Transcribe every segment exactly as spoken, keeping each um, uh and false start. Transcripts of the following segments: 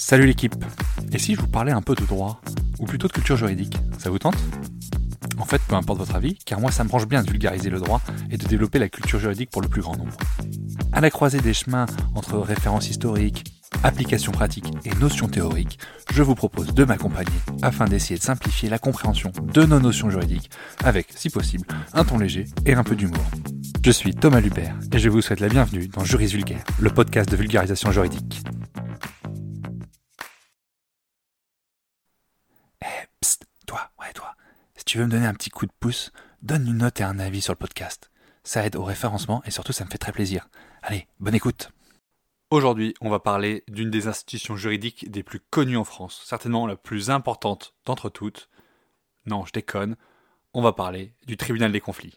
Salut l'équipe. Et si je vous parlais un peu de droit, ou plutôt de culture juridique, ça vous tente ? En fait, peu importe votre avis, car moi ça me branche bien de vulgariser le droit et de développer la culture juridique pour le plus grand nombre. À la croisée des chemins entre références historiques, applications pratiques et notions théoriques, je vous propose de m'accompagner afin d'essayer de simplifier la compréhension de nos notions juridiques avec, si possible, un ton léger et un peu d'humour. Je suis Thomas Lubert et je vous souhaite la bienvenue dans Juris Vulgaire, le podcast de vulgarisation juridique. Eh, psst, toi, ouais toi, si tu veux me donner un petit coup de pouce, donne une note et un avis sur le podcast. Ça aide au référencement et surtout ça me fait très plaisir. Allez, bonne écoute. Aujourd'hui, on va parler d'une des institutions juridiques des plus connues en France, certainement la plus importante d'entre toutes. Non, je déconne, on va parler du tribunal des conflits.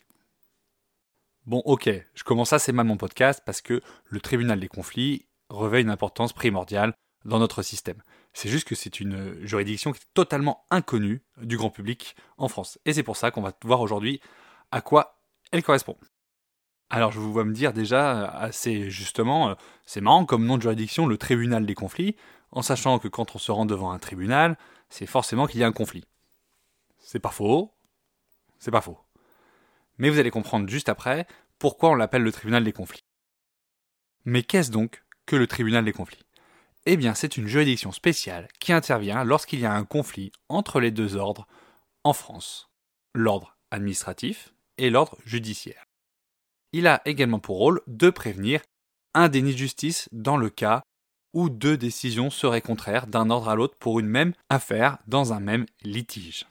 Bon, ok, je commence assez mal mon podcast parce que le tribunal des conflits revêt une importance primordiale dans notre système. C'est juste que c'est une juridiction qui est totalement inconnue du grand public en France. Et c'est pour ça qu'on va voir aujourd'hui à quoi elle correspond. Alors je vous vois me dire déjà assez justement, c'est marrant comme nom de juridiction, le tribunal des conflits, en sachant que quand on se rend devant un tribunal, c'est forcément qu'il y a un conflit. C'est pas faux, c'est pas faux. Mais vous allez comprendre juste après pourquoi on l'appelle le tribunal des conflits. Mais qu'est-ce donc que le tribunal des conflits ? Eh bien c'est une juridiction spéciale qui intervient lorsqu'il y a un conflit entre les deux ordres en France, l'ordre administratif et l'ordre judiciaire. Il a également pour rôle de prévenir un déni de justice dans le cas où deux décisions seraient contraires d'un ordre à l'autre pour une même affaire dans un même litige.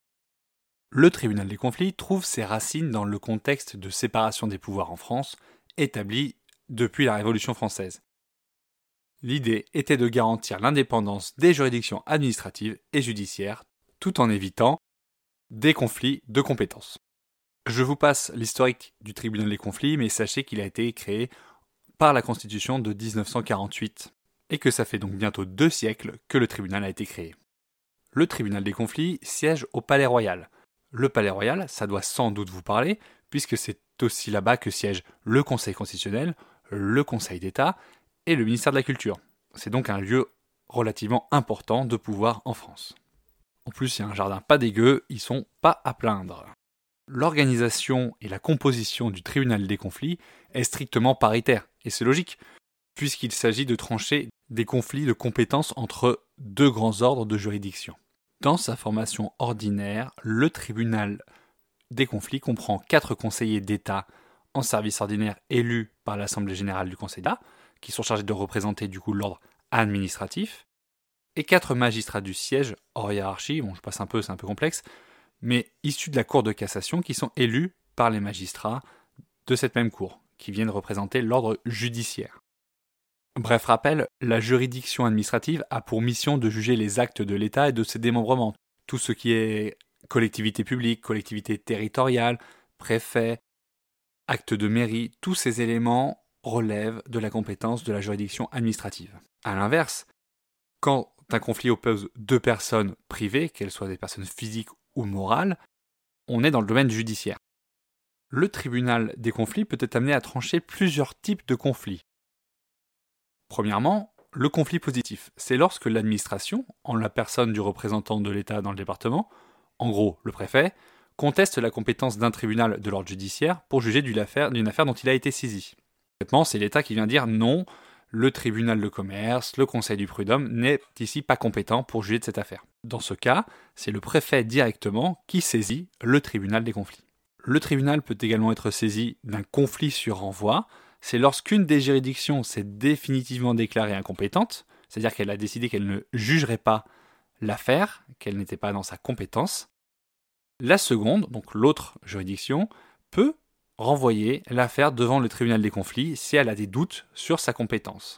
Le tribunal des conflits trouve ses racines dans le contexte de séparation des pouvoirs en France, établi depuis la Révolution française. L'idée était de garantir l'indépendance des juridictions administratives et judiciaires, tout en évitant des conflits de compétences. Je vous passe l'historique du tribunal des conflits, mais sachez qu'il a été créé par la Constitution de dix-neuf cent quarante-huit, et que ça fait donc bientôt deux siècles que le tribunal a été créé. Le tribunal des conflits siège au Palais Royal. Le Palais Royal, ça doit sans doute vous parler, puisque c'est aussi là-bas que siège le Conseil constitutionnel, le Conseil d'État et le ministère de la Culture. C'est donc un lieu relativement important de pouvoir en France. En plus, il y a un jardin pas dégueu, ils sont pas à plaindre. L'organisation et la composition du tribunal des conflits est strictement paritaire, et c'est logique, puisqu'il s'agit de trancher des conflits de compétences entre deux grands ordres de juridiction. Dans sa formation ordinaire, le tribunal des conflits comprend quatre conseillers d'État en service ordinaire élus par l'Assemblée générale du Conseil d'État, qui sont chargés de représenter du coup l'ordre administratif, et quatre magistrats du siège hors hiérarchie, bon je passe un peu, c'est un peu complexe, mais issus de la Cour de cassation qui sont élus par les magistrats de cette même Cour, qui viennent représenter l'ordre judiciaire. Bref rappel, la juridiction administrative a pour mission de juger les actes de l'État et de ses démembrements. Tout ce qui est collectivité publique, collectivité territoriale, préfet, acte de mairie, tous ces éléments relèvent de la compétence de la juridiction administrative. A l'inverse, quand un conflit oppose deux personnes privées, qu'elles soient des personnes physiques ou morale, on est dans le domaine judiciaire. Le tribunal des conflits peut être amené à trancher plusieurs types de conflits. Premièrement, le conflit positif. C'est lorsque l'administration, en la personne du représentant de l'État dans le département, en gros le préfet, conteste la compétence d'un tribunal de l'ordre judiciaire pour juger d'une affaire, d'une affaire dont il a été saisi. Concrètement, c'est l'État qui vient dire non, le tribunal de commerce, le conseil du prud'homme n'est ici pas compétent pour juger de cette affaire. Dans ce cas, c'est le préfet directement qui saisit le tribunal des conflits. Le tribunal peut également être saisi d'un conflit sur renvoi. C'est lorsqu'une des juridictions s'est définitivement déclarée incompétente, c'est-à-dire qu'elle a décidé qu'elle ne jugerait pas l'affaire, qu'elle n'était pas dans sa compétence. La seconde, donc l'autre juridiction, peut renvoyer l'affaire devant le tribunal des conflits si elle a des doutes sur sa compétence.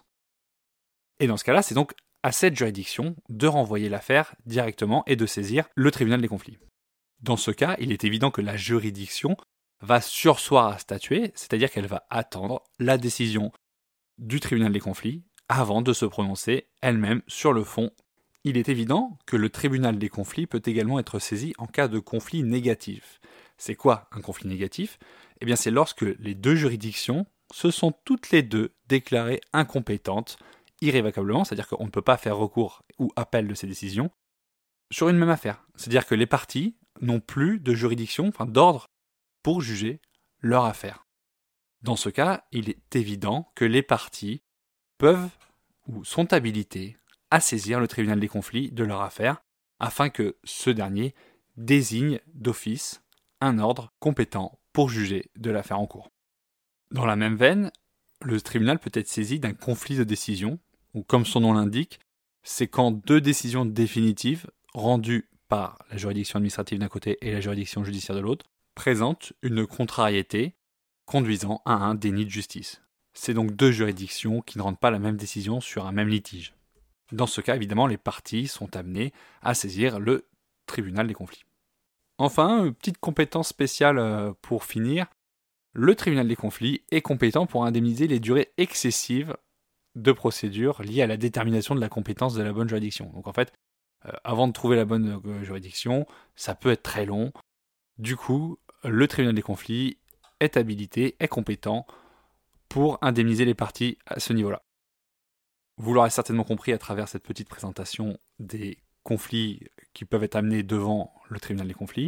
Et dans ce cas-là, c'est donc à cette juridiction de renvoyer l'affaire directement et de saisir le tribunal des conflits. Dans ce cas, il est évident que la juridiction va surseoir à statuer, c'est-à-dire qu'elle va attendre la décision du tribunal des conflits avant de se prononcer elle-même sur le fond. Il est évident que le tribunal des conflits peut également être saisi en cas de conflit négatif. C'est quoi un conflit négatif ? Eh bien, c'est lorsque les deux juridictions se sont toutes les deux déclarées incompétentes irrévocablement, c'est-à-dire qu'on ne peut pas faire recours ou appel de ces décisions, sur une même affaire. C'est-à-dire que les parties n'ont plus de juridiction, enfin d'ordre, pour juger leur affaire. Dans ce cas, il est évident que les parties peuvent ou sont habilitées à saisir le tribunal des conflits de leur affaire afin que ce dernier désigne d'office un ordre compétent pour juger de l'affaire en cours. Dans la même veine, le tribunal peut être saisi d'un conflit de décision, ou comme son nom l'indique, c'est quand deux décisions définitives rendues par la juridiction administrative d'un côté et la juridiction judiciaire de l'autre présentent une contrariété conduisant à un déni de justice. C'est donc deux juridictions qui ne rendent pas la même décision sur un même litige. Dans ce cas, évidemment, les parties sont amenées à saisir le tribunal des conflits. Enfin, une petite compétence spéciale pour finir, le tribunal des conflits est compétent pour indemniser les durées excessives de procédures liées à la détermination de la compétence de la bonne juridiction. Donc en fait, euh, avant de trouver la bonne euh, juridiction, ça peut être très long. Du coup, le tribunal des conflits est habilité, est compétent pour indemniser les parties à ce niveau-là. Vous l'aurez certainement compris à travers cette petite présentation des conflits qui peuvent être amenés devant le tribunal des conflits.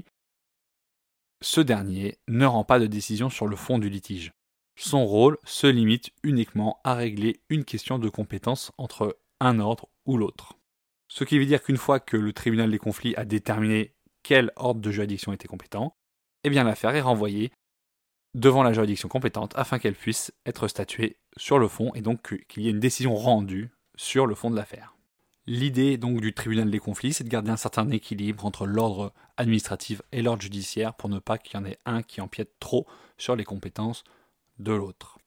Ce dernier ne rend pas de décision sur le fond du litige. Son rôle se limite uniquement à régler une question de compétence entre un ordre ou l'autre. Ce qui veut dire qu'une fois que le tribunal des conflits a déterminé quel ordre de juridiction était compétent, eh bien l'affaire est renvoyée devant la juridiction compétente afin qu'elle puisse être statuée sur le fond et donc qu'il y ait une décision rendue sur le fond de l'affaire. L'idée donc du tribunal des conflits, c'est de garder un certain équilibre entre l'ordre administratif et l'ordre judiciaire pour ne pas qu'il y en ait un qui empiète trop sur les compétences de l'autre.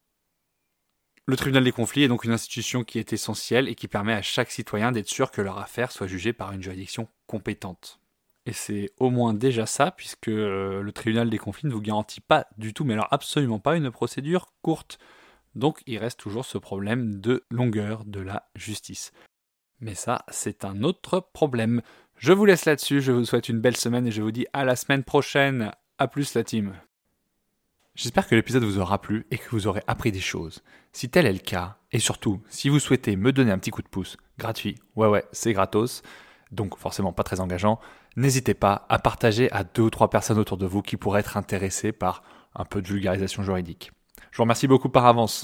Le tribunal des conflits est donc une institution qui est essentielle et qui permet à chaque citoyen d'être sûr que leur affaire soit jugée par une juridiction compétente. Et c'est au moins déjà ça, puisque euh, le tribunal des conflits ne vous garantit pas du tout, mais alors absolument pas, une procédure courte. Donc il reste toujours ce problème de longueur de la justice. Mais ça, c'est un autre problème. Je vous laisse là-dessus, je vous souhaite une belle semaine et je vous dis à la semaine prochaine. A plus la team. J'espère que l'épisode vous aura plu et que vous aurez appris des choses. Si tel est le cas, et surtout, si vous souhaitez me donner un petit coup de pouce, gratuit, ouais ouais, c'est gratos, donc forcément pas très engageant, n'hésitez pas à partager à deux ou trois personnes autour de vous qui pourraient être intéressées par un peu de vulgarisation juridique. Je vous remercie beaucoup par avance.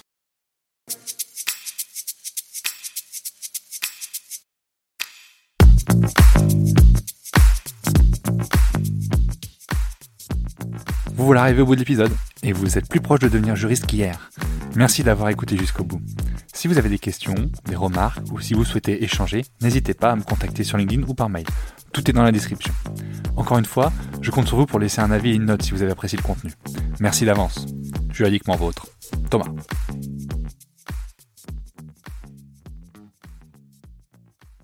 Vous voilà arrivé au bout de l'épisode et vous êtes plus proche de devenir juriste qu'hier. Merci d'avoir écouté jusqu'au bout. Si vous avez des questions, des remarques ou si vous souhaitez échanger, n'hésitez pas à me contacter sur LinkedIn ou par mail. Tout est dans la description. Encore une fois, je compte sur vous pour laisser un avis et une note si vous avez apprécié le contenu. Merci d'avance. Juridiquement vôtre. Thomas.